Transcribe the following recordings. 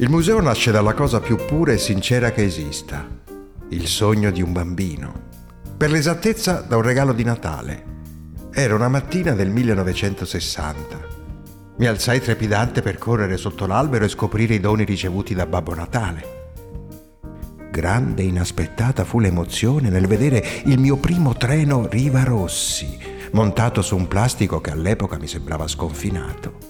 Il museo nasce dalla cosa più pura e sincera che esista, il sogno di un bambino. Per l'esattezza, da un regalo di Natale. Era una mattina del 1960. Mi alzai trepidante per correre sotto l'albero e scoprire i doni ricevuti da Babbo Natale. Grande e inaspettata fu l'emozione nel vedere il mio primo treno Riva Rossi, montato su un plastico che all'epoca mi sembrava sconfinato.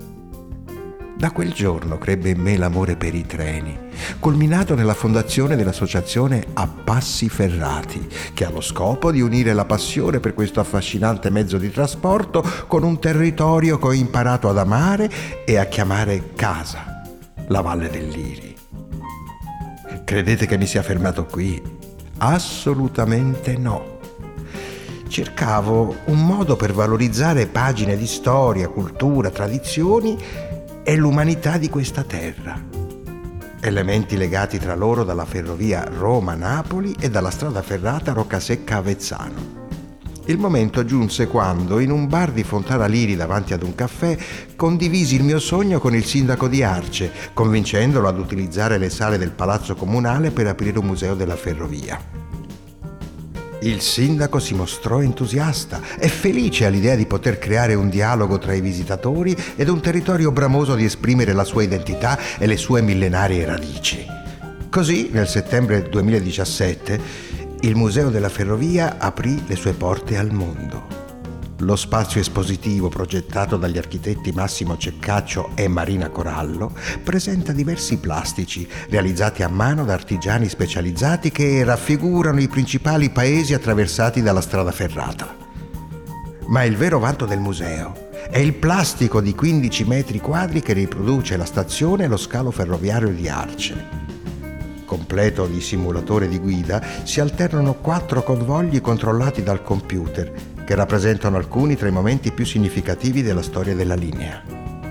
Da quel giorno crebbe in me l'amore per i treni, culminato nella fondazione dell'associazione A Passi Ferrati, che ha lo scopo di unire la passione per questo affascinante mezzo di trasporto con un territorio che ho imparato ad amare e a chiamare casa, la Valle del Liri. Credete che mi sia fermato qui? Assolutamente no. Cercavo un modo per valorizzare pagine di storia, cultura, tradizioni e l'umanità di questa terra. Elementi legati tra loro dalla ferrovia Roma-Napoli e dalla strada ferrata Roccasecca-Avezzano. Il momento giunse quando, in un bar di Fontana Liri davanti ad un caffè, condivisi il mio sogno con il sindaco di Arce, convincendolo ad utilizzare le sale del Palazzo Comunale per aprire un museo della ferrovia. Il sindaco si mostrò entusiasta e felice all'idea di poter creare un dialogo tra i visitatori ed un territorio bramoso di esprimere la sua identità e le sue millenarie radici. Così, nel settembre 2017, il Museo della Ferrovia aprì le sue porte al mondo. Lo spazio espositivo, progettato dagli architetti Massimo Ceccaccio e Marina Corallo, presenta diversi plastici realizzati a mano da artigiani specializzati che raffigurano i principali paesi attraversati dalla strada ferrata. Ma il vero vanto del museo è il plastico di 15 metri quadri che riproduce la stazione e lo scalo ferroviario di Arce. Completo di simulatore di guida, si alternano 4 convogli controllati dal computer, che rappresentano alcuni tra i momenti più significativi della storia della linea.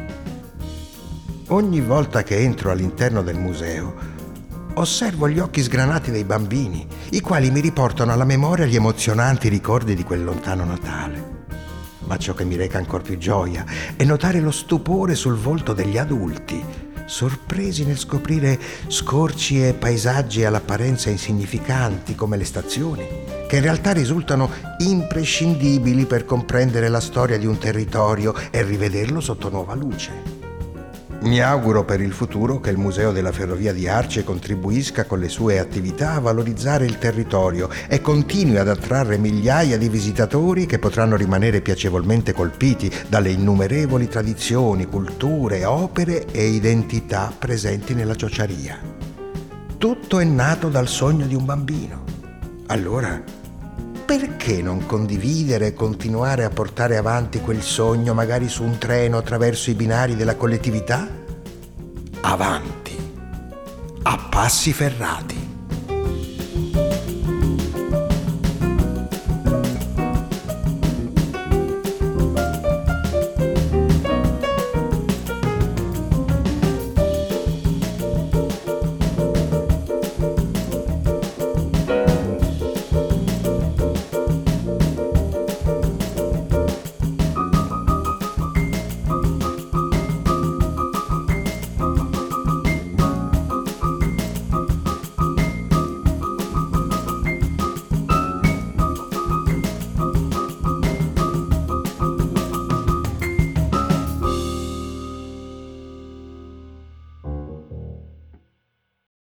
Ogni volta che entro all'interno del museo, osservo gli occhi sgranati dei bambini, i quali mi riportano alla memoria gli emozionanti ricordi di quel lontano Natale. Ma ciò che mi reca ancor più gioia è notare lo stupore sul volto degli adulti, sorpresi nel scoprire scorci e paesaggi all'apparenza insignificanti come le stazioni, che in realtà risultano imprescindibili per comprendere la storia di un territorio e rivederlo sotto nuova luce. Mi auguro per il futuro che il Museo della Ferrovia di Arce contribuisca con le sue attività a valorizzare il territorio e continui ad attrarre migliaia di visitatori che potranno rimanere piacevolmente colpiti dalle innumerevoli tradizioni, culture, opere e identità presenti nella ciociaria. Tutto è nato dal sogno di un bambino. Allora, perché non condividere e continuare a portare avanti quel sogno magari su un treno attraverso i binari della collettività? Avanti, a passi ferrati.